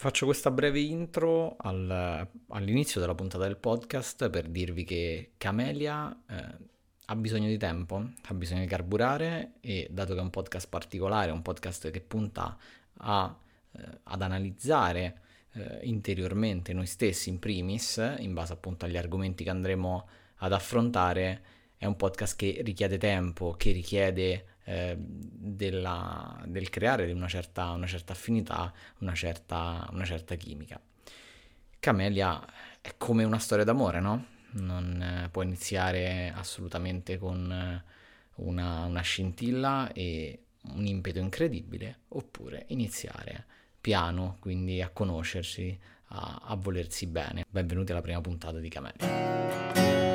Faccio questa breve intro all'inizio della puntata del podcast per dirvi che Camelia ha bisogno di tempo, ha bisogno di carburare e dato che è un podcast particolare, un podcast che punta ad analizzare interiormente noi stessi in primis, in base appunto agli argomenti che andremo ad affrontare, è un podcast che richiede tempo, che richiede del creare una certa affinità, una certa chimica. Camelia è come una storia d'amore, no? Non può iniziare assolutamente con una scintilla e un impeto incredibile, oppure iniziare piano, quindi a conoscersi, a volersi bene. Benvenuti alla prima puntata di Camelia.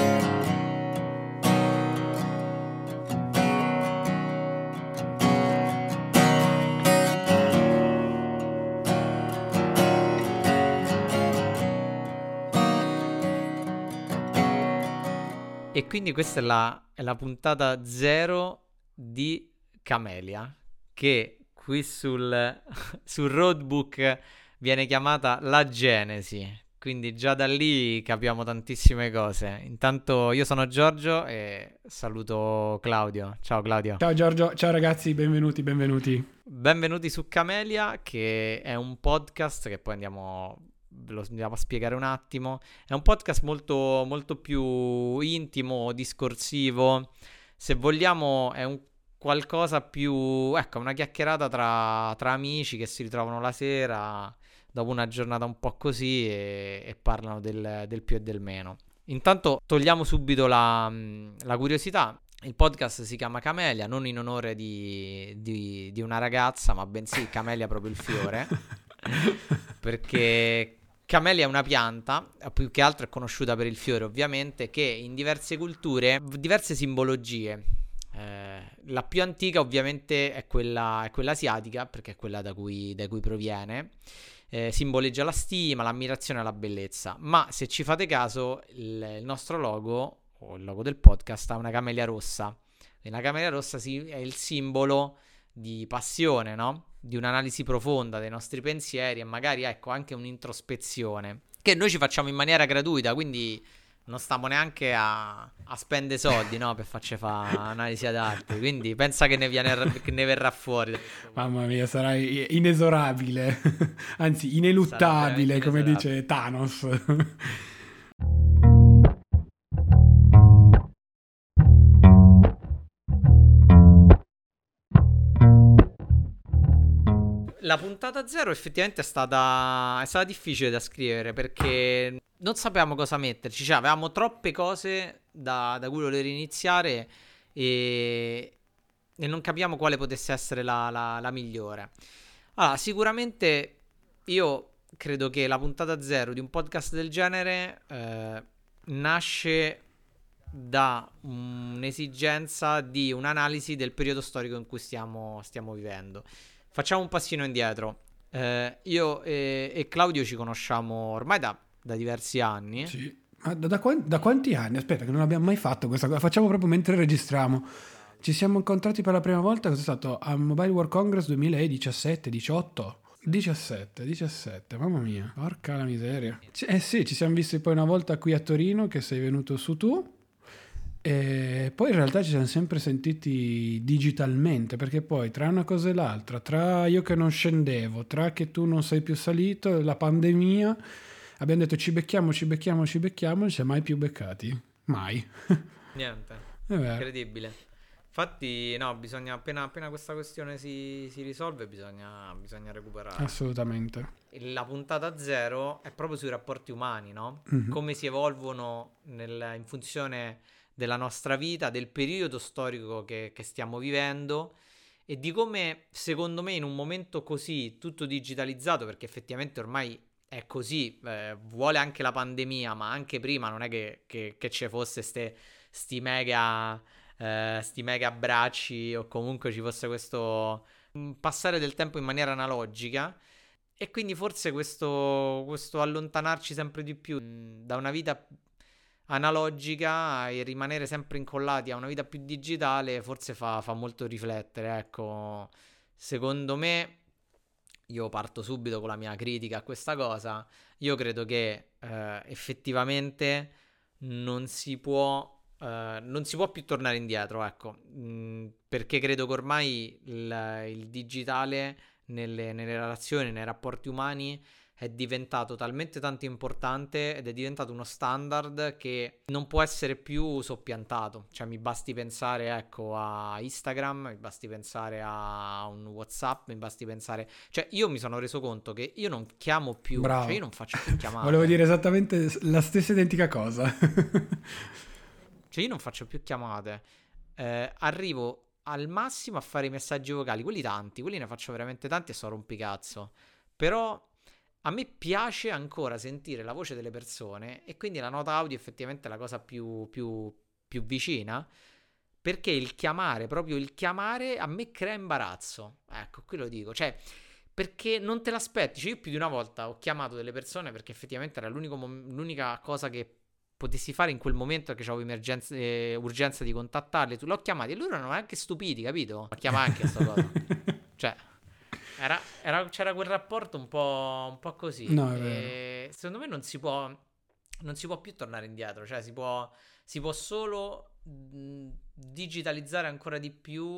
E quindi questa è la puntata 0 di Camelia, che qui sul roadbook viene chiamata la Genesi. Quindi già da lì capiamo tantissime cose. Intanto io sono Giorgio e saluto Claudio. Ciao Claudio. Ciao Giorgio, ciao ragazzi, benvenuti. Benvenuti su Camelia, che è un podcast che poi ve lo andiamo a spiegare un attimo. È un podcast molto, molto più intimo, discorsivo. Se vogliamo, è un qualcosa più, ecco, una chiacchierata tra amici che si ritrovano la sera dopo una giornata un po' così e parlano del più e del meno. Intanto togliamo subito la curiosità. Il podcast si chiama Camelia, non in onore di una ragazza, ma bensì Camelia proprio il fiore, perché Camelia è una pianta, più che altro è conosciuta per il fiore ovviamente, che in diverse culture, diverse simbologie. La più antica ovviamente è quella asiatica, perché è quella da cui proviene. Simboleggia la stima, l'ammirazione e la bellezza. Ma se ci fate caso, il nostro logo, o il logo del podcast, ha una camelia rossa. E la camelia rossa è il simbolo di passione, no? Di un'analisi profonda dei nostri pensieri e magari, ecco, anche un'introspezione. Che noi ci facciamo in maniera gratuita, quindi non stiamo neanche a spendere soldi, no? Per farci fare analisi ad arte. Quindi pensa che ne verrà fuori da questo Mamma podcast. mia, sarai inesorabile, anzi Sarà veramente ineluttabile, come inesorabile. dice Thanos. La puntata zero effettivamente è stata difficile da scrivere perché non sapevamo cosa metterci, cioè avevamo troppe cose da cui voler iniziare e non capiamo quale potesse essere la migliore. Allora, sicuramente io credo che la puntata zero di un podcast del genere nasce da un'esigenza di un'analisi del periodo storico in cui stiamo vivendo. Facciamo un passino indietro. Io e Claudio ci conosciamo ormai da diversi anni. Sì, ma da quanti anni? Aspetta, che non abbiamo mai fatto questa cosa, facciamo proprio mentre registriamo. Ci siamo incontrati per la prima volta, cos'è stato? A Mobile World Congress 2017-18? 17, mamma mia, porca la miseria. Eh sì, ci siamo visti poi una volta qui a Torino che sei venuto su tu. E poi in realtà ci siamo sempre sentiti digitalmente, perché poi tra una cosa e l'altra, tra io che non scendevo, tra che tu non sei più salito, la pandemia, abbiamo detto ci becchiamo, non ci siamo mai più beccati. Mai. Niente, È vero, incredibile. Infatti, no, bisogna appena questa questione si risolve, bisogna recuperare. assolutamente. E la puntata zero è proprio sui rapporti umani, no? Mhm. Come si evolvono in funzione della nostra vita, del periodo storico che stiamo vivendo e di come, secondo me, in un momento così tutto digitalizzato, perché effettivamente ormai è così, vuole anche la pandemia, ma anche prima non è che ci fosse sti mega abbracci o comunque ci fosse questo passare del tempo in maniera analogica. E quindi forse questo allontanarci sempre di più da una vita analogica e rimanere sempre incollati a una vita più digitale forse fa molto riflettere, ecco. Secondo me io parto subito con la mia critica a questa cosa. Io credo che effettivamente non si può, non si può più tornare indietro, ecco. Perché credo che ormai il digitale nelle relazioni, nei rapporti umani è diventato talmente tanto importante ed è diventato uno standard che non può essere più soppiantato. Cioè, mi basti pensare, ecco, a Instagram, mi basti pensare a un WhatsApp, mi basti pensare... Cioè, io mi sono reso conto che io non chiamo più, cioè io Bravo. non faccio più Volevo chiamate. dire esattamente la stessa identica cosa. Cioè, io non faccio più chiamate. Arrivo al massimo a fare i messaggi vocali, quelli tanti, quelli ne faccio veramente tanti e so rompicazzo. Però a me piace ancora sentire la voce delle persone e quindi la nota audio effettivamente è la cosa più vicina, perché il chiamare, proprio il chiamare, a me crea imbarazzo. Ecco, qui lo dico. Cioè, perché non te l'aspetti. Cioè, io più di una volta ho chiamato delle persone perché effettivamente era l'unica cosa che potessi fare in quel momento, che avevo urgenza di contattarli. Tu l'ho chiamati e loro erano anche stupidi, capito? Ma chiama anche sta cosa. Cioè, c'era quel rapporto un po' così. No, è vero. E secondo me non si può più tornare indietro. Cioè, si può solo digitalizzare ancora di più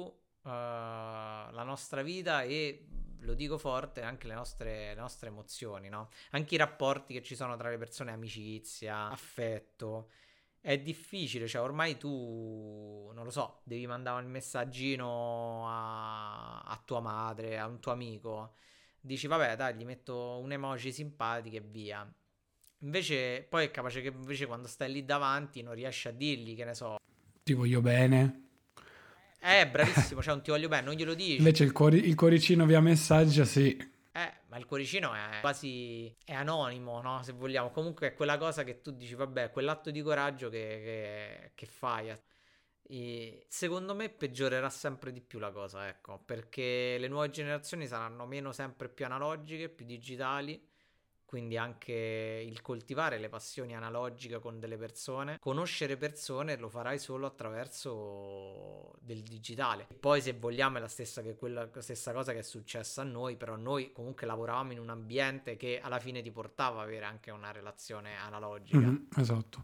la nostra vita e, lo dico forte, anche le nostre emozioni, no? Anche i rapporti che ci sono tra le persone, amicizia, affetto. È difficile, cioè ormai tu, non lo so, devi mandare il messaggino a tua madre, a un tuo amico, dici vabbè dai, gli metto un emoji simpatico e via. Invece poi è capace che invece quando stai lì davanti non riesci a dirgli, che ne so, Ti voglio bene. bravissimo, cioè non ti voglio bene, non glielo dici. Invece il cuoricino via messaggio, sì. Ma il cuoricino è quasi è anonimo, no? Se vogliamo. Comunque è quella cosa che tu dici, vabbè, quell'atto di coraggio che fai. E secondo me peggiorerà sempre di più la cosa, ecco, perché le nuove generazioni saranno meno sempre più analogiche, più digitali. Quindi anche il coltivare le passioni analogiche con delle persone, conoscere persone lo farai solo attraverso del digitale. E poi se vogliamo è la stessa, quella stessa cosa che è successa a noi, però noi comunque lavoravamo in un ambiente che alla fine ti portava ad avere anche una relazione analogica. Esatto.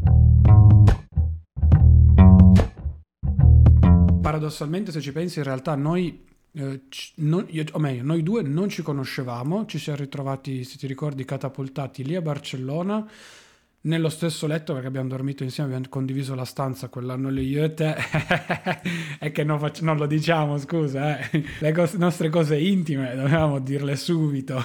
Paradossalmente, se ci pensi, in realtà noi, o meglio, noi due non ci conoscevamo, ci siamo ritrovati, se ti ricordi, catapultati lì a Barcellona, nello stesso letto perché abbiamo dormito insieme, abbiamo condiviso la stanza quell'anno lì io e te. È che non lo diciamo, scusa, nostre cose intime dovevamo dirle subito.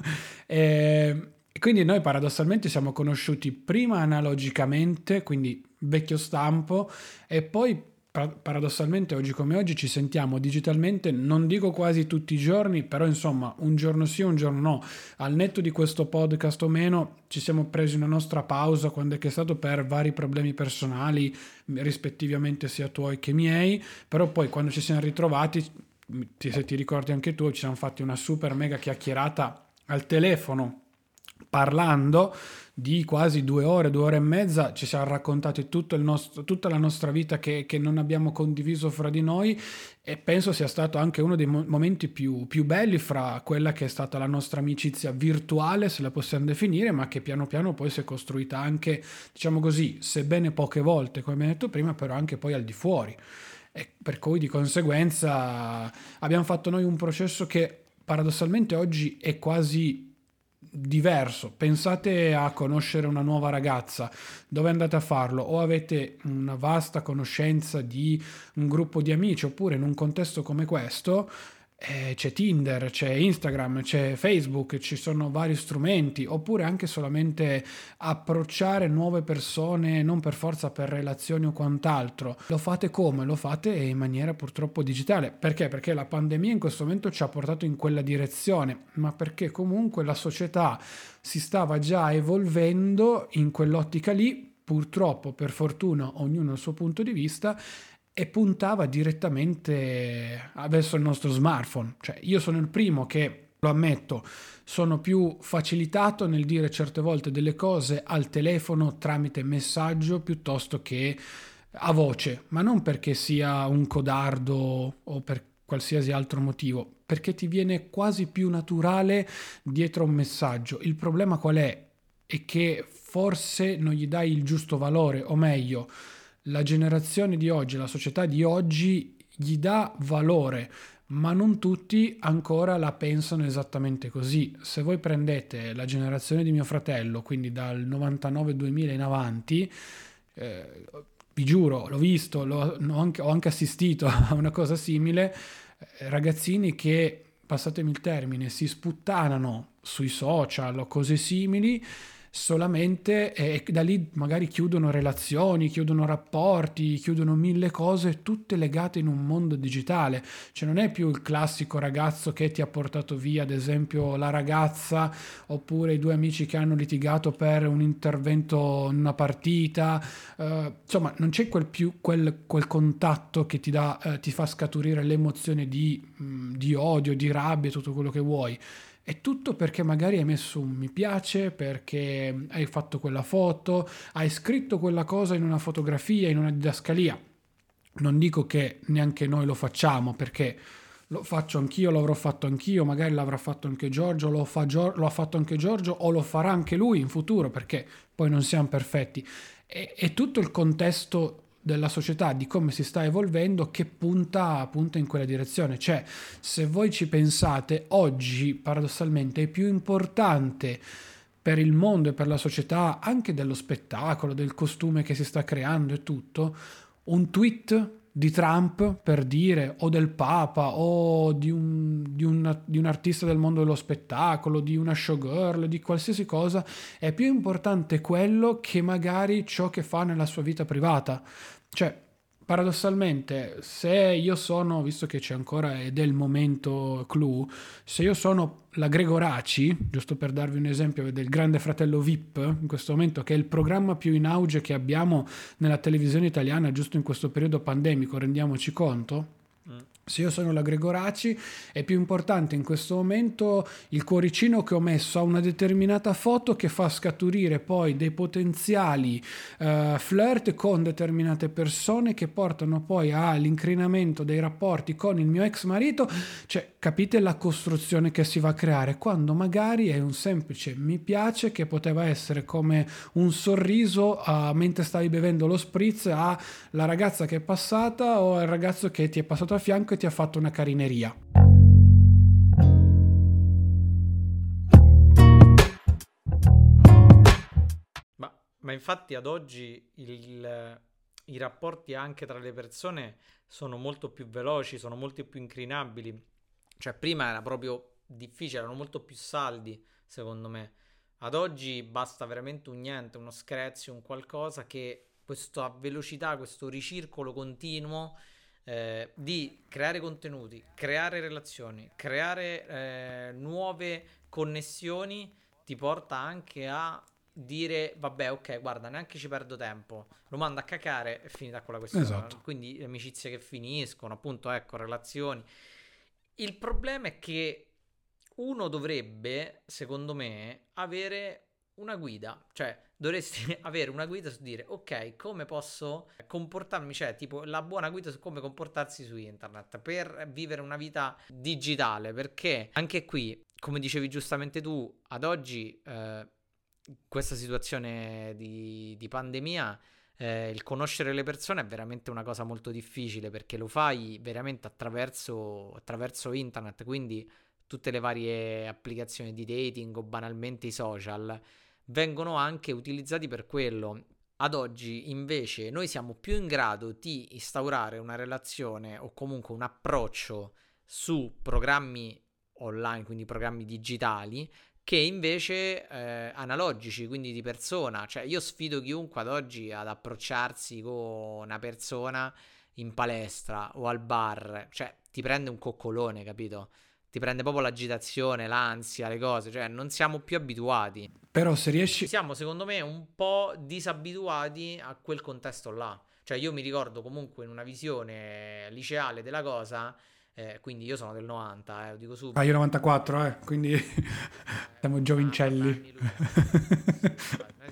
E quindi noi paradossalmente siamo conosciuti prima analogicamente, quindi vecchio stampo, e poi paradossalmente oggi come oggi ci sentiamo digitalmente, non dico quasi tutti i giorni, però insomma un giorno sì, un giorno no. Al netto di questo podcast o meno, ci siamo presi una nostra pausa quando è che è stato per vari problemi personali, rispettivamente sia tuoi che miei, però poi quando ci siamo ritrovati, se ti ricordi anche tu, ci siamo fatti una super mega chiacchierata al telefono, parlando di quasi 2 ore, 2 ore e mezza, ci siamo raccontati tutta la nostra vita che non abbiamo condiviso fra di noi, e penso sia stato anche uno dei momenti più belli fra quella che è stata la nostra amicizia virtuale, se la possiamo definire, ma che piano piano poi si è costruita anche, diciamo così, sebbene poche volte, come abbiamo detto prima, però anche poi al di fuori. E per cui di conseguenza abbiamo fatto noi un processo che paradossalmente oggi è quasi diverso. Pensate a conoscere una nuova ragazza, dove andate a farlo? O avete una vasta conoscenza di un gruppo di amici, oppure in un contesto come questo c'è Tinder, c'è Instagram, c'è Facebook, ci sono vari strumenti, oppure anche solamente approcciare nuove persone, non per forza per relazioni o quant'altro. Lo fate come? Lo fate in maniera purtroppo digitale. Perché? Perché la pandemia in questo momento ci ha portato in quella direzione, ma perché comunque la società si stava già evolvendo in quell'ottica lì. Purtroppo, per fortuna, ognuno ha il suo punto di vista, e puntava direttamente verso il nostro smartphone. Cioè, io sono il primo che, lo ammetto, sono più facilitato nel dire certe volte delle cose al telefono tramite messaggio piuttosto che a voce, ma non perché sia un codardo o per qualsiasi altro motivo. perché ti viene quasi più naturale dietro un messaggio. Il problema qual è? È che forse non gli dai il giusto valore, o meglio, la generazione di oggi, la società di oggi gli dà valore, ma non tutti ancora la pensano esattamente così. Se voi prendete la generazione di mio fratello, quindi dal 99-2000 in avanti, eh, vi giuro, l'ho visto, ho anche assistito a una cosa simile, ragazzini che, passatemi il termine, si sputtanano sui social o cose simili solamente e da lì magari chiudono relazioni, chiudono rapporti, chiudono mille cose, tutte legate in un mondo digitale. Cioè non è più il classico ragazzo che ti ha portato via, ad esempio, la ragazza, oppure i due amici che hanno litigato per un intervento in una partita. Insomma, non c'è quel contatto che ti fa scaturire l'emozione di odio, di rabbia, tutto quello che vuoi. È tutto perché magari hai messo un mi piace, perché hai fatto quella foto, hai scritto quella cosa in una fotografia, in una didascalia. Non dico che neanche noi lo facciamo, perché lo faccio anch'io, l'avrò fatto anch'io, magari l'avrà fatto anche Giorgio, lo ha fatto anche Giorgio o lo farà anche lui in futuro, perché poi non siamo perfetti. È tutto il contesto della società, di come si sta evolvendo, che punta in quella direzione. Cioè, se voi ci pensate, oggi paradossalmente è più importante per il mondo e per la società, anche dello spettacolo, del costume che si sta creando e tutto, un tweet di Trump, per dire, o del Papa, o di un artista del mondo dello spettacolo, di una showgirl, di qualsiasi cosa, è più importante quello che magari ciò che fa nella sua vita privata. Cioè, paradossalmente, se io sono, visto che c'è ancora ed è il momento clou, se io sono la Gregoraci, giusto per darvi un esempio del Grande Fratello VIP, in questo momento, che è il programma più in auge che abbiamo nella televisione italiana, giusto in questo periodo pandemico, rendiamoci conto. Se io sono la Gregoraci, è più importante in questo momento il cuoricino che ho messo a una determinata foto che fa scaturire poi dei potenziali flirt con determinate persone che portano poi all'incrinamento dei rapporti con il mio ex marito. Cioè, capite la costruzione che si va a creare, quando magari è un semplice mi piace che poteva essere come un sorriso mentre stavi bevendo lo spritz alla ragazza che è passata o al ragazzo che ti è passato a fianco e ti ha fatto una carineria. Ma infatti ad oggi i rapporti anche tra le persone sono molto più veloci, sono molto più incrinabili. Cioè prima era proprio difficile, erano molto più saldi, secondo me. Ad oggi basta veramente un niente, uno screzio, un qualcosa che questa velocità, questo ricircolo continuo di creare contenuti, creare relazioni, creare nuove connessioni ti porta anche a dire vabbè, ok, guarda, neanche ci perdo tempo, lo mando a cacare, è finita quella questione. Esatto. Quindi amicizie che finiscono, appunto, ecco, relazioni. Il problema è che uno dovrebbe, secondo me, avere una guida, cioè dovresti avere una guida su dire ok, come posso comportarmi, cioè tipo la buona guida su come comportarsi su internet per vivere una vita digitale, perché anche qui, come dicevi giustamente tu, ad oggi questa situazione di pandemia, il conoscere le persone è veramente una cosa molto difficile, perché lo fai veramente attraverso internet, quindi tutte le varie applicazioni di dating o banalmente i social vengono anche utilizzati per quello. Ad oggi invece noi siamo più in grado di instaurare una relazione o comunque un approccio su programmi online, quindi programmi digitali, che invece analogici, quindi di persona. Cioè io sfido chiunque ad oggi ad approcciarsi con una persona in palestra o al bar, cioè ti prende un coccolone, capito? Ti prende proprio l'agitazione, l'ansia, le cose, cioè non siamo più abituati. Però se riesci... Siamo secondo me un po' disabituati a quel contesto là. Cioè io mi ricordo comunque in una visione liceale della cosa, quindi io sono del 90, lo dico Ah, io subito. 94, quindi siamo 90 giovincelli. anni lui. Vabbè, noi siamo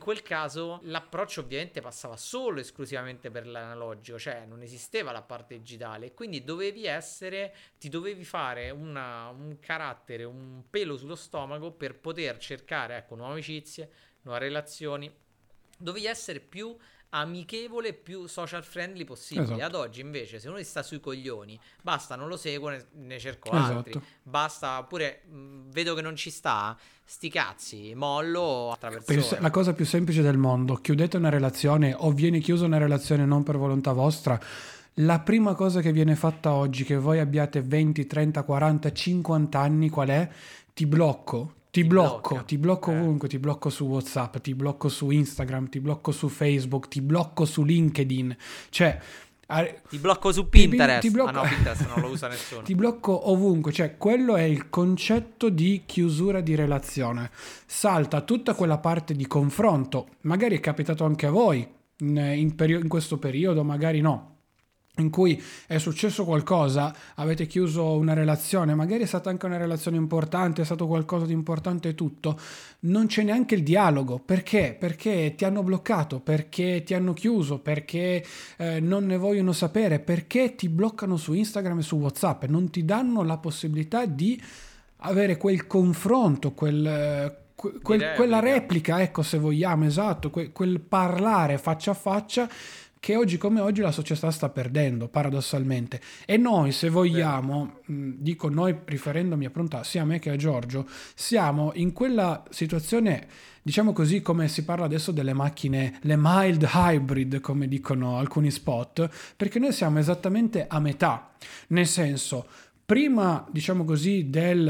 quel caso l'approccio ovviamente passava solo esclusivamente per l'analogico, cioè non esisteva la parte digitale, e quindi ti dovevi fare un carattere, un pelo sullo stomaco per poter cercare, ecco, nuove amicizie, nuove relazioni. Dovevi essere più amichevole, più social friendly possibile. Ad Esatto, oggi invece, se uno ti sta sui coglioni, basta, non lo seguo, ne cerco altri. esatto. Basta, pure vedo che non ci sta, sti cazzi, mollo altra persona. La cosa più semplice del mondo: chiudete una relazione o viene chiusa una relazione non per volontà vostra. La prima cosa che viene fatta oggi, che voi abbiate 20, 30, 40, 50 anni, qual è? Ti blocco. Ti blocca. Ti blocco ovunque, ti blocco su WhatsApp, ti blocco su Instagram, ti blocco su Facebook, ti blocco su LinkedIn. Cioè, Ti blocco su ti Pinterest. Ah blocco, no, Pinterest non lo usa nessuno. ti blocco ovunque. Cioè, quello è il concetto di chiusura di relazione. Salta tutta quella parte di confronto. Magari è capitato anche a voi in questo periodo, magari no, in cui è successo qualcosa, avete chiuso una relazione, magari è stata anche una relazione importante, è stato qualcosa di importante e tutto, non c'è neanche il dialogo. Perché? Perché ti hanno bloccato, perché ti hanno chiuso, perché non ne vogliono sapere, perché ti bloccano su Instagram e su WhatsApp, non ti danno la possibilità di avere quel confronto, quella Replica. replica, ecco, se vogliamo, esatto, quel parlare faccia a faccia, che oggi come oggi la società sta perdendo, paradossalmente. E noi, se Vero. vogliamo, dico noi riferendomi appunto sia a me che a Giorgio, siamo in quella situazione, diciamo così, come si parla adesso delle macchine, le mild hybrid, come dicono alcuni spot, perché noi siamo esattamente a metà, nel senso, prima, diciamo così,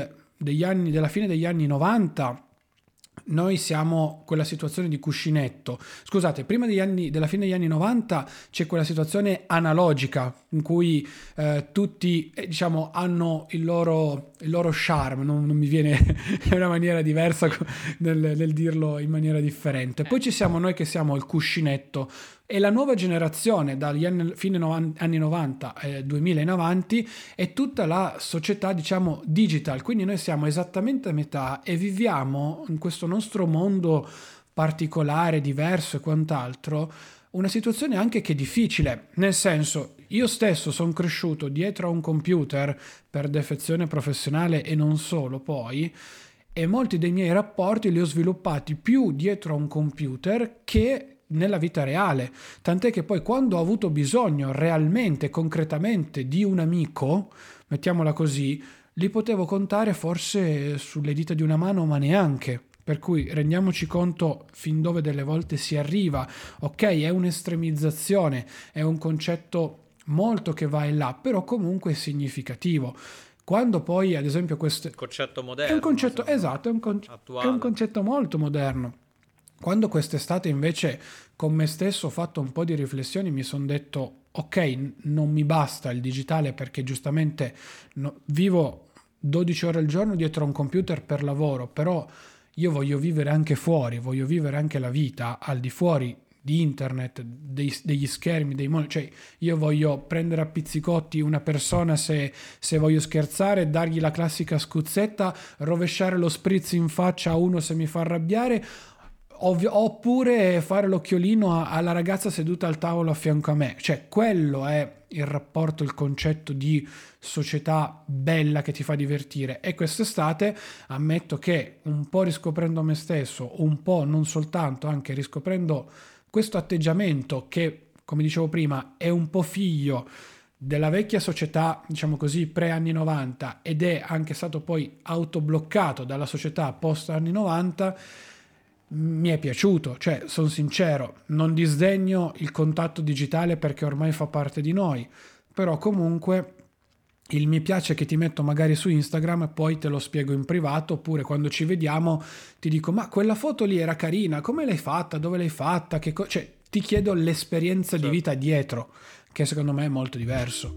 della fine degli anni 90, noi siamo quella situazione di cuscinetto. Scusate, prima della fine degli anni 90 c'è quella situazione analogica in cui tutti, diciamo, hanno il loro charme, non mi viene, è una maniera diversa nel dirlo in maniera differente. Poi ci siamo noi che siamo il cuscinetto, e la nuova generazione dagli anni 90 2000 in avanti è tutta la società, diciamo, digital. Quindi noi siamo esattamente a metà e viviamo in questo nostro mondo particolare, diverso e quant'altro, una situazione anche che è difficile, nel senso, io stesso sono cresciuto dietro a un computer per defezione professionale e non solo poi, e molti dei miei rapporti li ho sviluppati più dietro a un computer che nella vita reale, tant'è che poi quando ho avuto bisogno realmente, concretamente di un amico, mettiamola così, li potevo contare forse sulle dita di una mano, ma neanche. Per cui rendiamoci conto fin dove delle volte si arriva. Ok, è un'estremizzazione, è un concetto molto che va in là, però comunque è significativo. Quando poi, ad esempio, questo Concetto è un moderno, concetto, secondo me. esatto, è un Attuale. concetto molto moderno. Quando quest'estate invece con me stesso ho fatto un po' di riflessioni, mi sono detto, ok, non mi basta il digitale perché giustamente vivo 12 ore al giorno dietro a un computer per lavoro, però io voglio vivere anche fuori, voglio vivere anche la vita al di fuori di internet, degli schermi, cioè io voglio prendere a pizzicotti una persona se voglio scherzare, dargli la classica scuzzetta, rovesciare lo spritz in faccia a uno se mi fa arrabbiare, oppure fare l'occhiolino alla ragazza seduta al tavolo a fianco a me. Cioè quello è il rapporto, il concetto di società bella che ti fa divertire. E quest'estate ammetto che un po' riscoprendo me stesso, un po' non soltanto, anche riscoprendo questo atteggiamento che, come dicevo prima, è un po' figlio della vecchia società, diciamo così, pre-anni 90, ed è anche stato poi autobloccato dalla società post-anni 90, mi è piaciuto. Cioè, sono sincero, non disdegno il contatto digitale perché ormai fa parte di noi, però comunque il mi piace che ti metto magari su Instagram e poi te lo spiego in privato, oppure quando ci vediamo ti dico, ma quella foto lì era carina, come l'hai fatta, dove l'hai fatta, cioè ti chiedo l'esperienza di Certo. vita dietro, che secondo me è molto diverso.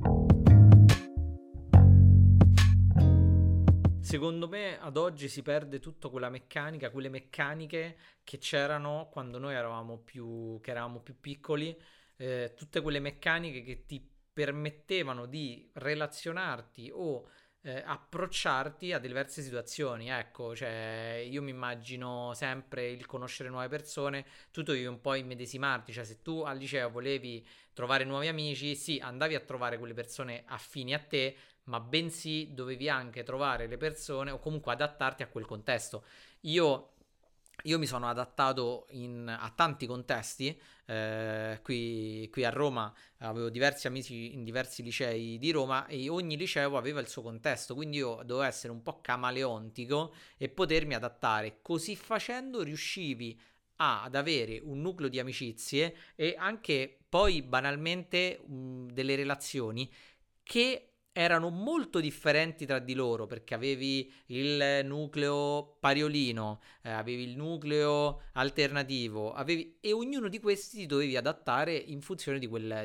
Secondo me ad oggi si perde tutta quella meccanica, quelle meccaniche che c'erano quando noi che eravamo più piccoli, tutte quelle meccaniche che ti permettevano di relazionarti o approcciarti a diverse situazioni. Ecco, cioè io mi immagino sempre il conoscere nuove persone, tu devi un po' immedesimarti, cioè se tu al liceo volevi trovare nuovi amici, sì, andavi a trovare quelle persone affini a te, ma bensì dovevi anche trovare le persone o comunque adattarti a quel contesto. Io io mi sono adattato a tanti contesti, qui a Roma avevo diversi amici in diversi licei di Roma e ogni liceo aveva il suo contesto, quindi io dovevo essere un po' camaleontico e potermi adattare. Così facendo riuscivi ad avere un nucleo di amicizie e anche poi banalmente delle relazioni che erano molto differenti tra di loro perché avevi il nucleo pariolino, avevi il nucleo alternativo, e ognuno di questi ti dovevi adattare in funzione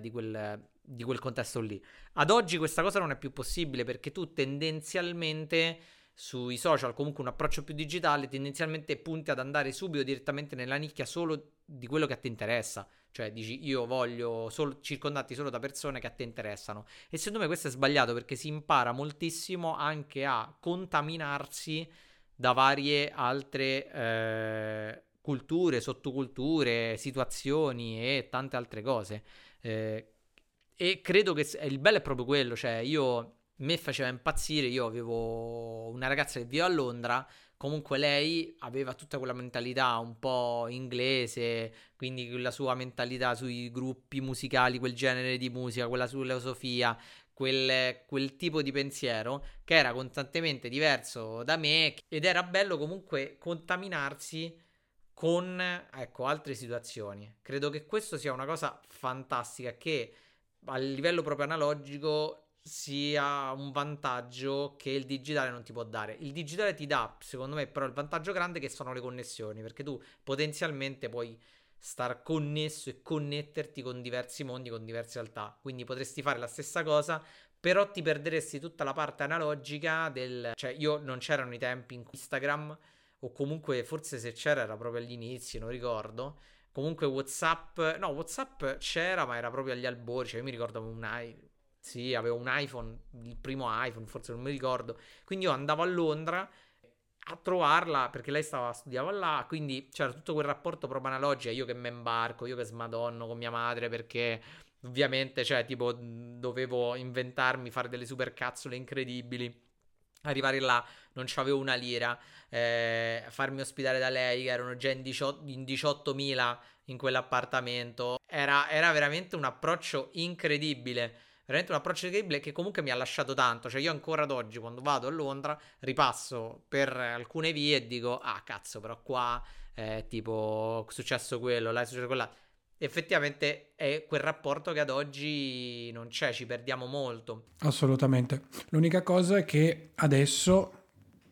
di quel contesto lì. Ad oggi questa cosa non è più possibile perché tu tendenzialmente sui social, comunque un approccio più digitale, tendenzialmente punti ad andare subito direttamente nella nicchia solo di quello che a te interessa. Cioè dici io voglio circondarti solo da persone che a te interessano. E secondo me questo è sbagliato perché si impara moltissimo anche a contaminarsi da varie altre culture, sottoculture, situazioni e tante altre cose. E credo che il bello è proprio quello, cioè io me faceva impazzire, io avevo una ragazza che vive a Londra, comunque lei aveva tutta quella mentalità un po' inglese, quindi la sua mentalità sui gruppi musicali, quel genere di musica, quella filosofia, quel tipo di pensiero che era costantemente diverso da me ed era bello comunque contaminarsi con, ecco, altre situazioni. Credo che questo sia una cosa fantastica che a livello proprio analogico sia un vantaggio che il digitale non ti può dare. Il digitale ti dà, secondo me, però il vantaggio grande che sono le connessioni, perché tu potenzialmente puoi star connesso e connetterti con diversi mondi, con diverse realtà. Quindi potresti fare la stessa cosa, però ti perderesti tutta la parte analogica del... Cioè, io non c'erano i tempi in Instagram, o comunque forse se c'era era proprio agli inizi, non ricordo. Comunque WhatsApp, no, WhatsApp c'era, ma era proprio agli albori. Cioè, io mi ricordo sì, avevo un iPhone, il primo iPhone, forse non mi ricordo. Quindi io andavo a Londra a trovarla perché lei studiava là. Quindi c'era tutto quel rapporto proprio analogico. Io che me imbarco, io che smadonno con mia madre perché ovviamente, cioè, tipo, dovevo inventarmi, fare delle supercazzole incredibili. Arrivare là, non c'avevo una lira, farmi ospitare da lei, che erano già in 18.000 in quell'appartamento. Era veramente un approccio incredibile. Veramente un approccio incredibile che comunque mi ha lasciato tanto. Cioè, io ancora ad oggi, quando vado a Londra, ripasso per alcune vie e dico: ah, cazzo, però qua è tipo è successo quello, là è successo quella. Effettivamente è quel rapporto che ad oggi non c'è, ci perdiamo molto. Assolutamente. L'unica cosa è che adesso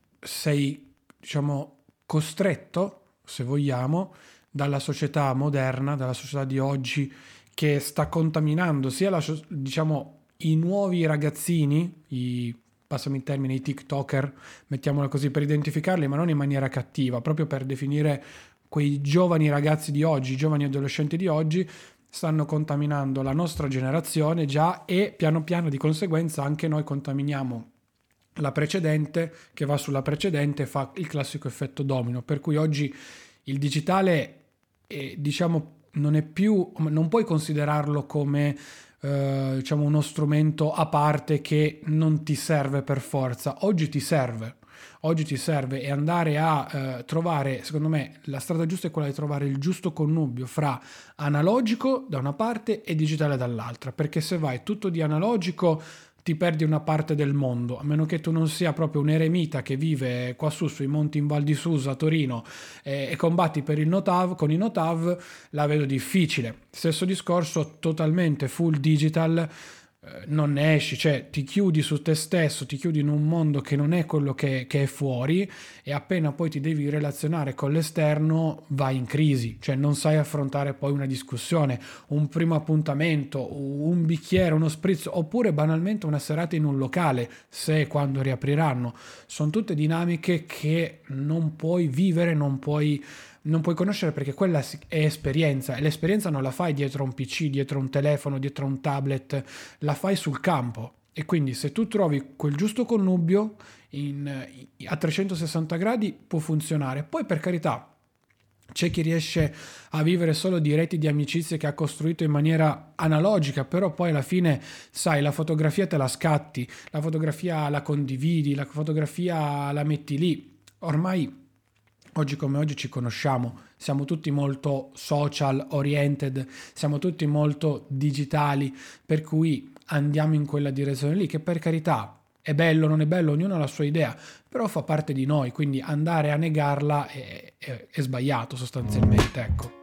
sei, diciamo, costretto, se vogliamo, dalla società moderna, dalla società di oggi che sta contaminando sia diciamo, i nuovi ragazzini, passami il termine, i TikToker, mettiamola così per identificarli, ma non in maniera cattiva, proprio per definire quei giovani ragazzi di oggi, i giovani adolescenti di oggi, stanno contaminando la nostra generazione già e piano piano di conseguenza anche noi contaminiamo la precedente che va sulla precedente e fa il classico effetto domino, per cui oggi il digitale diciamo non è più, non puoi considerarlo come diciamo uno strumento a parte che non ti serve per forza. Oggi ti serve e andare a trovare, secondo me, la strada giusta è quella di trovare il giusto connubio fra analogico da una parte e digitale dall'altra, perché se vai tutto di analogico ti perdi una parte del mondo, a meno che tu non sia proprio un eremita che vive qua su sui monti in Val di Susa a Torino e combatti per il Notav, con i Notav, la vedo difficile. Stesso discorso, totalmente full digital, non ne esci, cioè ti chiudi su te stesso, ti chiudi in un mondo che non è quello che è fuori e appena poi ti devi relazionare con l'esterno vai in crisi, cioè non sai affrontare poi una discussione, un primo appuntamento, un bicchiere, uno spritz oppure banalmente una serata in un locale, se e quando riapriranno. Sono tutte dinamiche che non puoi vivere, non puoi conoscere perché quella è esperienza e l'esperienza non la fai dietro un PC, dietro un telefono, dietro un tablet, la fai sul campo E quindi se tu trovi quel giusto connubio a 360 gradi può funzionare. Poi per carità, c'è chi riesce a vivere solo di reti di amicizie che ha costruito in maniera analogica, però poi alla fine, sai, la fotografia te la scatti, la fotografia la condividi, la fotografia la metti lì. Ormai, oggi come oggi ci conosciamo, siamo tutti molto social oriented, siamo tutti molto digitali, per cui andiamo in quella direzione lì, che per carità è bello, non è bello, ognuno ha la sua idea, però fa parte di noi, quindi andare a negarla è sbagliato sostanzialmente, ecco.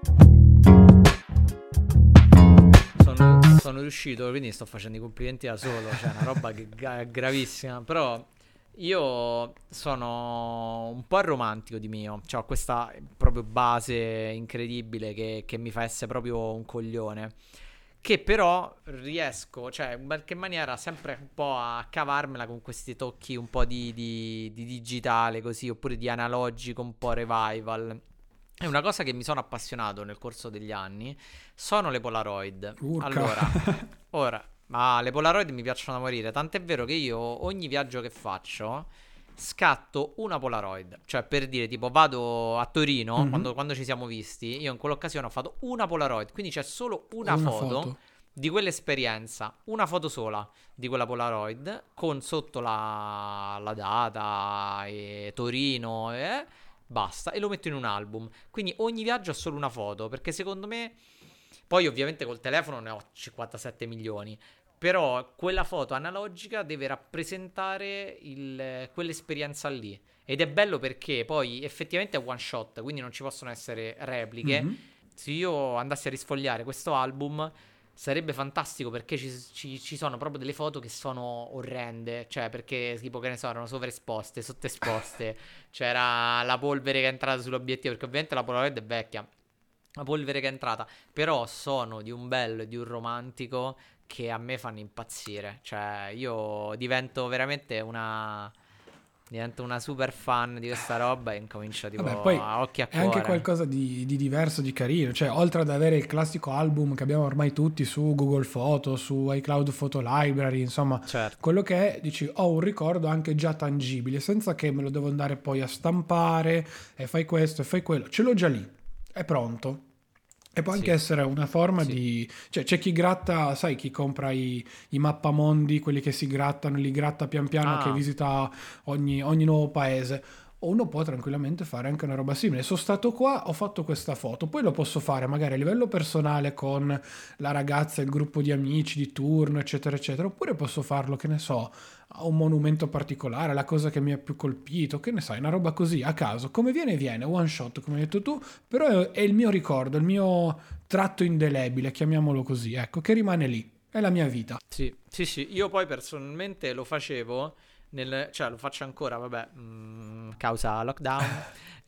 Sono riuscito, quindi sto facendo i complimenti da solo, cioè una roba che è gravissima, però io sono un po' romantico di mio, cioè ho questa proprio base incredibile che mi fa essere proprio un coglione, che però riesco, cioè in qualche maniera sempre un po' a cavarmela con questi tocchi un po' di digitale così, oppure di analogico, un po' revival. È una cosa che mi sono appassionato nel corso degli anni, sono le Polaroid. Urca. Ora, ma le Polaroid mi piacciono da morire, tant'è vero che io ogni viaggio che faccio scatto una Polaroid, cioè per dire tipo vado a Torino, Mhm. quando ci siamo visti, io in quell'occasione ho fatto una Polaroid, quindi c'è solo una Una foto foto. di quell'esperienza, una foto sola di quella Polaroid con sotto la data e Torino e basta, e lo metto in un album. Quindi ogni viaggio ha solo una foto, perché secondo me poi ovviamente col telefono ne ho 57 milioni, però quella foto analogica deve rappresentare quell'esperienza lì. Ed è bello perché poi effettivamente è one shot, quindi non ci possono essere repliche. Mhm. Se io andassi a risfogliare questo album, sarebbe fantastico perché ci sono proprio delle foto che sono orrende. Cioè, perché tipo, che ne so, erano sovraesposte, sottoesposte. C'era la polvere che è entrata sull'obiettivo, perché ovviamente la Polaroid è vecchia. La polvere che è entrata, però sono di un bello e di un romantico che a me fanno impazzire. Cioè, io divento una super fan di questa roba e incomincio tipo Vabbè, poi a occhi a è anche cuore. qualcosa di diverso, di carino. Cioè, oltre ad avere il classico album che abbiamo ormai tutti su Google Photo, su iCloud Photo Library, insomma, Certo. quello che è, dici, ho un ricordo anche già tangibile, senza che me lo devo andare poi a stampare e fai questo e fai quello. Ce l'ho già lì, è pronto. E può anche Sì, essere una forma sì. di... Cioè, c'è chi gratta, sai, chi compra i mappamondi, quelli che si grattano, li gratta pian piano, che Ah, visita ogni nuovo paese. O uno può tranquillamente fare anche una roba simile. Sono stato qua, ho fatto questa foto, poi lo posso fare magari a livello personale con la ragazza, il gruppo di amici di turno, eccetera, eccetera. Oppure posso farlo, che ne so, a un monumento particolare, la cosa che mi ha più colpito, che ne sai, una roba così, a caso. Come viene, viene, one shot, come hai detto tu, però è il mio ricordo, il mio tratto indelebile, chiamiamolo così, ecco, che rimane lì. È la mia vita. sì, sì, sì. Io poi personalmente lo facevo cioè lo faccio ancora, vabbè, causa lockdown.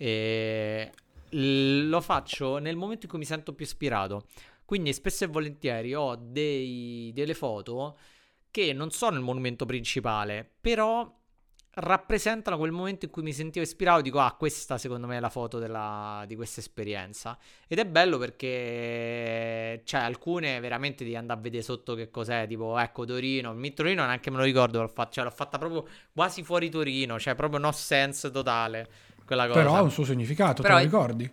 E lo faccio nel momento in cui mi sento più ispirato. Quindi spesso e volentieri ho delle foto che non sono il monumento principale, però rappresentano quel momento in cui mi sentivo ispirato. Dico, ah, questa secondo me è la foto di questa esperienza. Ed è bello perché, cioè, alcune veramente devi andare a vedere sotto che cos'è. Tipo, ecco, Torino. Il Torino neanche me lo ricordo. Cioè, l'ho fatta proprio quasi fuori Torino. Cioè, proprio no sense totale quella Però ha cosa. un suo significato, te Però lo ricordi?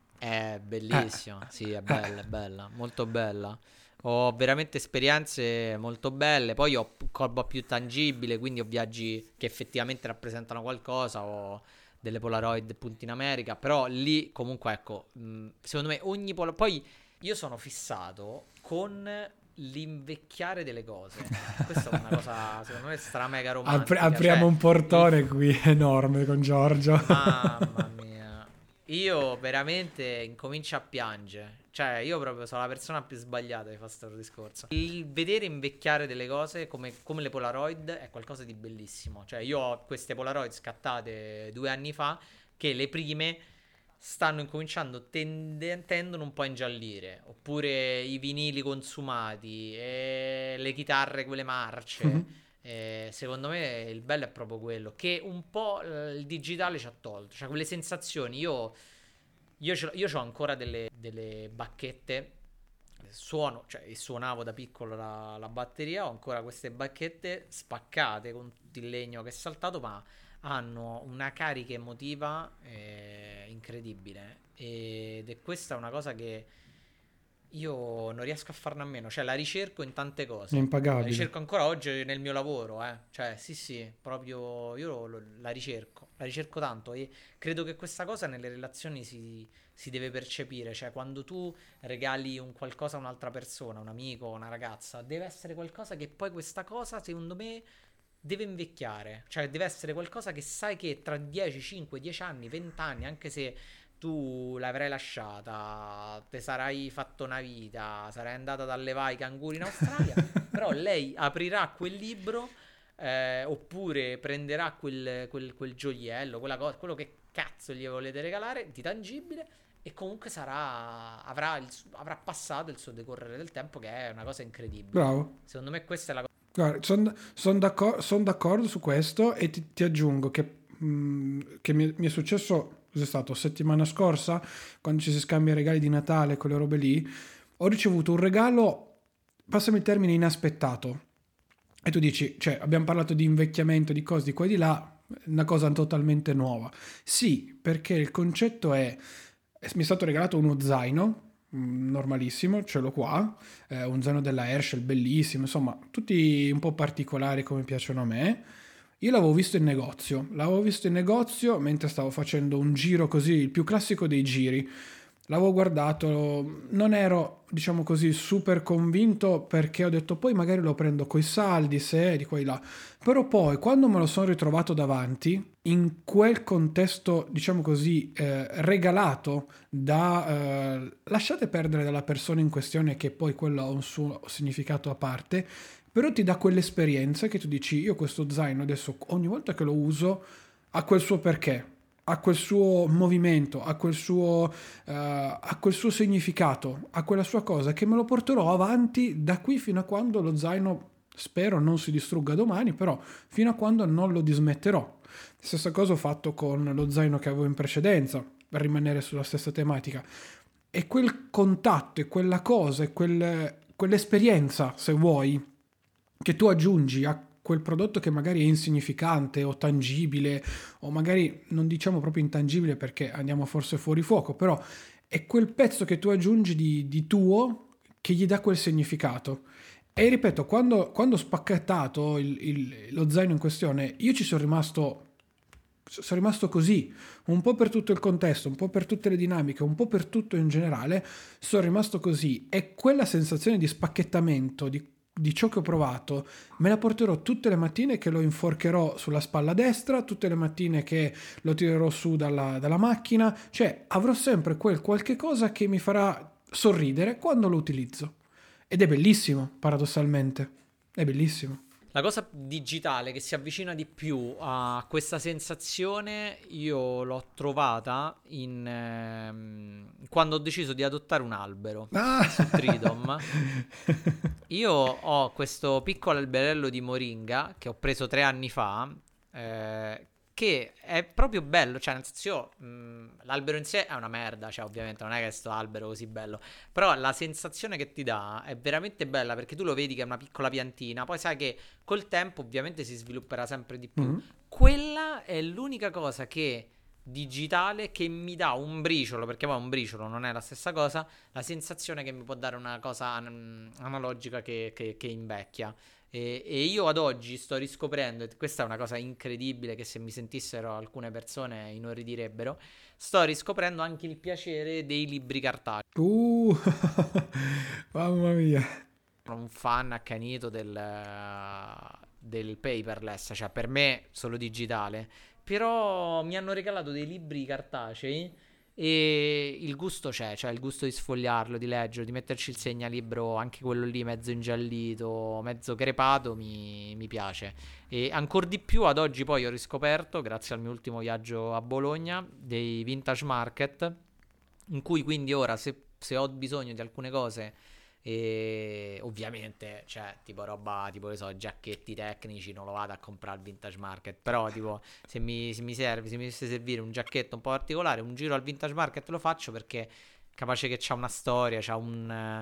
è Eh, bellissima, sì, è eh. bella, molto bella. Ho veramente esperienze molto belle. Poi ho roba più tangibile, quindi ho viaggi che effettivamente rappresentano qualcosa. Ho delle Polaroid appunto in America. Però lì comunque, ecco, secondo me ogni Polaroid. Poi io sono fissato con l'invecchiare delle cose. Questa è una cosa, secondo me, stra mega romantica. Apriamo Cioè, un il, portone qui enorme con Giorgio. mamma mia, io veramente incomincio a piangere. Cioè, io proprio sono la persona più sbagliata di fare questo discorso. Il vedere invecchiare delle cose come le Polaroid è qualcosa di bellissimo. Cioè, io ho queste Polaroid scattate 2 anni fa, che le prime stanno incominciando, tendono un po' a ingiallire. Oppure i vinili consumati e le chitarre, quelle marce. Secondo me il bello è proprio quello che un po' il digitale ci ha tolto, cioè quelle sensazioni. Io ho ancora delle bacchette suono, cioè e suonavo da piccolo la batteria, ho ancora queste bacchette spaccate con tutto il legno che è saltato, ma hanno una carica emotiva incredibile. Ed è questa una cosa che io non riesco a farne a meno, cioè la ricerco in tante È cose. La impagabile. ricerco ancora oggi nel mio lavoro, eh. Cioè, sì, sì, proprio io la ricerco tanto e credo che questa cosa nelle relazioni si deve percepire, cioè quando tu regali un qualcosa a un'altra persona, un amico, una ragazza, deve essere qualcosa che poi questa cosa, secondo me, deve invecchiare, cioè deve essere qualcosa che sai che tra 10, 5, 10 anni, 20 anni, anche se tu l'avrai lasciata, te sarai fatto una vita, sarai andata ad allevare i canguri in Australia, però lei aprirà quel libro oppure prenderà quel gioiello, quella cosa, quello che cazzo gli volete regalare di tangibile e comunque avrà passato il suo decorrere del tempo che è una cosa incredibile. Bravo. Secondo me questa è la cosa. Guarda, son d'accordo su questo e ti aggiungo che mi è successo, cos'è stato, settimana scorsa, quando ci si scambia i regali di Natale, quelle robe lì, ho ricevuto un regalo, passami il termine, inaspettato. E tu dici, cioè, abbiamo parlato di invecchiamento, di cose di qua e di là, una cosa totalmente nuova. Sì, perché il concetto mi è stato regalato uno zaino, normalissimo, ce l'ho qua, un zaino della Herschel, bellissimo, insomma, tutti un po' particolari come piacciono a me. Io l'avevo visto in negozio mentre stavo facendo un giro così, il più classico dei giri. L'avevo guardato, non ero, diciamo così, super convinto perché ho detto poi magari lo prendo coi saldi, se di qua e là. Però poi quando me lo sono ritrovato davanti, in quel contesto, diciamo così, regalato lasciate perdere dalla persona in questione che poi quello ha un suo significato a parte, però ti dà quell'esperienza che tu dici, io questo zaino adesso ogni volta che lo uso ha quel suo perché, ha quel suo movimento, ha quel suo significato, ha quella sua cosa che me lo porterò avanti da qui fino a quando lo zaino, spero, non si distrugga domani, però fino a quando non lo dismetterò. Stessa cosa ho fatto con lo zaino che avevo in precedenza, per rimanere sulla stessa tematica. E quel contatto e quella cosa e quell'esperienza, se vuoi, che tu aggiungi a quel prodotto che magari è insignificante o tangibile, o magari non diciamo proprio intangibile perché andiamo forse fuori fuoco, però è quel pezzo che tu aggiungi di tuo che gli dà quel significato. E ripeto, quando ho spacchettato lo zaino in questione, io sono rimasto così, un po' per tutto il contesto, un po' per tutte le dinamiche, un po' per tutto in generale, sono rimasto così e quella sensazione di spacchettamento, di ciò che ho provato, me la porterò tutte le mattine che lo inforcherò sulla spalla destra, tutte le mattine che lo tirerò su dalla macchina, cioè avrò sempre quel qualche cosa che mi farà sorridere quando lo utilizzo. Ed è bellissimo, paradossalmente, è bellissimo. La cosa digitale che si avvicina di più a questa sensazione io l'ho trovata quando ho deciso di adottare un albero Ah! su Tridom. Io ho questo piccolo alberello di moringa che ho preso 3 anni fa, che è proprio bello, cioè nel senso l'albero in sé è una merda, cioè ovviamente non è che sto albero così bello, però la sensazione che ti dà è veramente bella perché tu lo vedi che è una piccola piantina, poi sai che col tempo ovviamente si svilupperà sempre di più. Mm. Quella è l'unica cosa che digitale che mi dà un briciolo, perché poi un briciolo non è la stessa cosa, la sensazione che mi può dare una cosa analogica che invecchia. E io ad oggi sto riscoprendo, e questa è una cosa incredibile che se mi sentissero alcune persone inorridirebbero, sto riscoprendo anche il piacere dei libri cartacei. Uh, mamma mia. Sono un fan accanito del paperless, cioè per me solo digitale. Però mi hanno regalato dei libri cartacei e il gusto c'è, cioè il gusto di sfogliarlo, di leggerlo, di metterci il segnalibro, anche quello lì mezzo ingiallito, mezzo crepato, mi piace. E ancora di più ad oggi poi ho riscoperto, grazie al mio ultimo viaggio a Bologna, dei vintage market, in cui quindi ora se ho bisogno di alcune cose e ovviamente, cioè, tipo roba, tipo che so, giacchetti tecnici, non lo vado a comprare al vintage market. Però, tipo, se mi serve, se mi dovesse servire un giacchetto un po' particolare, un giro al vintage market lo faccio perché capace che c'ha una storia,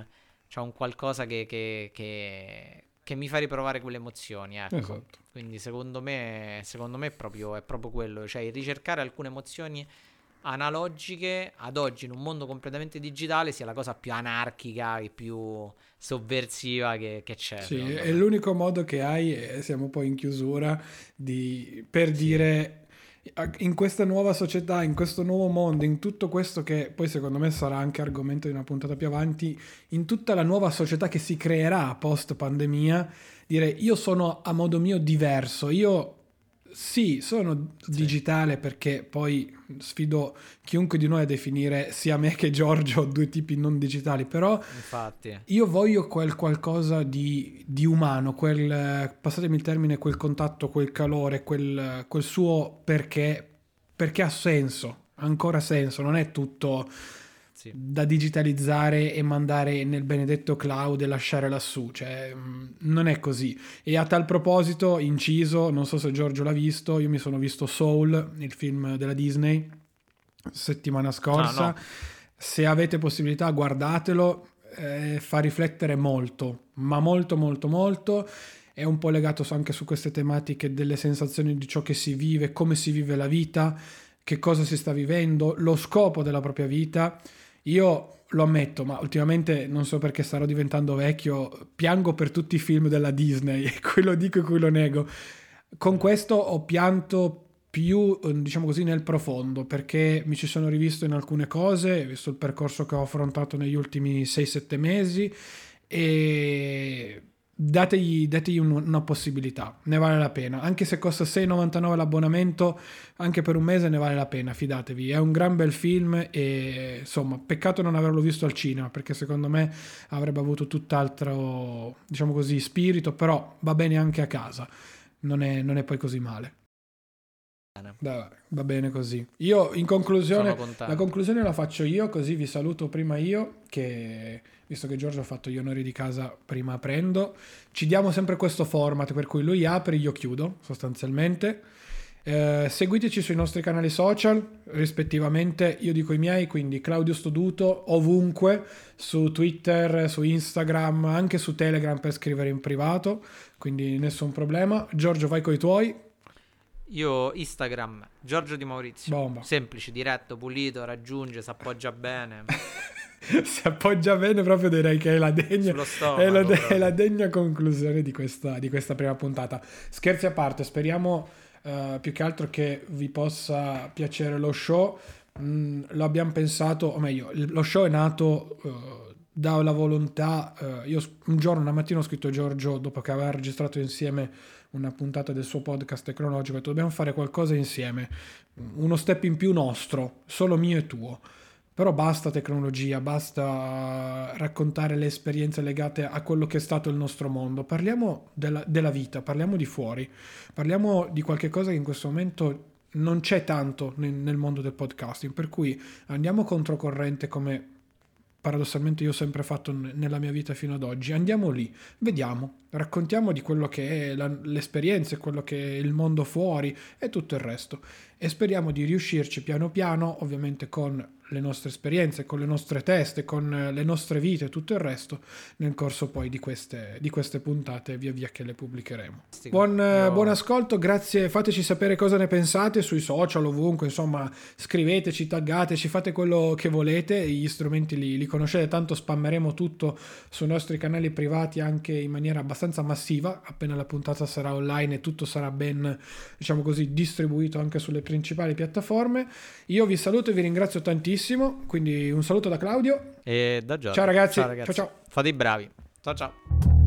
c'è un qualcosa che mi fa riprovare quelle emozioni, ecco. Esatto. Quindi secondo me è proprio quello, cioè il ricercare alcune emozioni analogiche ad oggi in un mondo completamente digitale sia la cosa più anarchica e più sovversiva che c'è, Sì, secondo è me. l'unico modo che hai, e siamo poi in chiusura, per Sì, dire in questa nuova società, in questo nuovo mondo, in tutto questo che poi secondo me sarà anche argomento di una puntata più avanti, in tutta la nuova società che si creerà post pandemia, dire io sono a modo mio diverso, io sì, sono sì, digitale perché poi sfido chiunque di noi a definire sia me che Giorgio due tipi non digitali, però infatti, io voglio quel qualcosa di umano, passatemi il termine, quel contatto, quel calore, quel suo perché ha senso, ha ancora senso, non è tutto sì. da digitalizzare e mandare nel benedetto cloud e lasciare lassù, cioè non è così. E a tal proposito, inciso, non so se Giorgio l'ha visto, io mi sono visto Soul, il film della Disney, settimana Ah, scorsa. no, Se avete possibilità, guardatelo, fa riflettere molto, ma molto, molto, molto. È un po' legato anche su queste tematiche delle sensazioni di ciò che si vive, come si vive la vita, che cosa si sta vivendo, lo scopo della propria vita. Io lo ammetto, ma ultimamente non so perché starò diventando vecchio, piango per tutti i film della Disney, e quello dico e quello nego. Con questo ho pianto più, diciamo così, nel profondo, perché mi ci sono rivisto in alcune cose, visto il percorso che ho affrontato negli ultimi 6-7 mesi, e dategli una possibilità, ne vale la pena, anche se costa 6,99 l'abbonamento, anche per un mese ne vale la pena, fidatevi, è un gran bel film e insomma, peccato non averlo visto al cinema, perché secondo me avrebbe avuto tutt'altro, diciamo così, spirito, però va bene anche a casa, non è poi così male. bene, Dai, va bene così. Io in sono conclusione, la contento. conclusione la faccio io, così vi saluto prima io, che visto che Giorgio ha fatto gli onori di casa, prima aprendo. Ci diamo sempre questo format per cui lui apre, io chiudo, sostanzialmente. Seguiteci sui nostri canali social, rispettivamente, io dico i miei, quindi Claudio Stoduto, ovunque, su Twitter, su Instagram, anche su Telegram per scrivere in privato, quindi nessun problema. Giorgio, vai coi tuoi. Io Instagram, Giorgio Di Maurizio, Bomba. semplice, diretto, pulito, raggiunge, si appoggia bene, Si appoggia bene, proprio direi che è la degna, sullo è la, stomaco è la proprio. degna conclusione di questa prima puntata. Scherzi a parte, speriamo più che altro che vi possa piacere lo show. Lo abbiamo pensato, o meglio, lo show è nato dalla volontà. Io un giorno, una mattina, ho scritto a Giorgio dopo che aveva registrato insieme una puntata del suo podcast tecnologico, ho detto dobbiamo fare qualcosa insieme, uno step in più nostro, solo mio e tuo. Però basta tecnologia, basta raccontare le esperienze legate a quello che è stato il nostro mondo. Parliamo della vita, parliamo di fuori, parliamo di qualche cosa che in questo momento non c'è tanto nel mondo del podcasting, per cui andiamo controcorrente come paradossalmente io ho sempre fatto nella mia vita fino ad oggi. Andiamo lì, vediamo, raccontiamo di quello che è l'esperienza, quello che è il mondo fuori e tutto il resto. E speriamo di riuscirci piano piano, ovviamente con le nostre esperienze, con le nostre teste, con le nostre vite e tutto il resto, nel corso poi di queste puntate, via via che le pubblicheremo. Fantastico. Buon Io ascolto, grazie, fateci sapere cosa ne pensate sui social, ovunque, insomma, scriveteci, taggateci, fate quello che volete, gli strumenti li conoscete, tanto spammeremo tutto sui nostri canali privati anche in maniera abbastanza massiva, appena la puntata sarà online e tutto sarà ben, diciamo così, distribuito anche sulle principali piattaforme. Io vi saluto e vi ringrazio tantissimo, quindi un saluto da Claudio. e da Ciao Giorgio. Ciao ragazzi, ciao ragazzi, ciao. fate i bravi. Ciao ciao.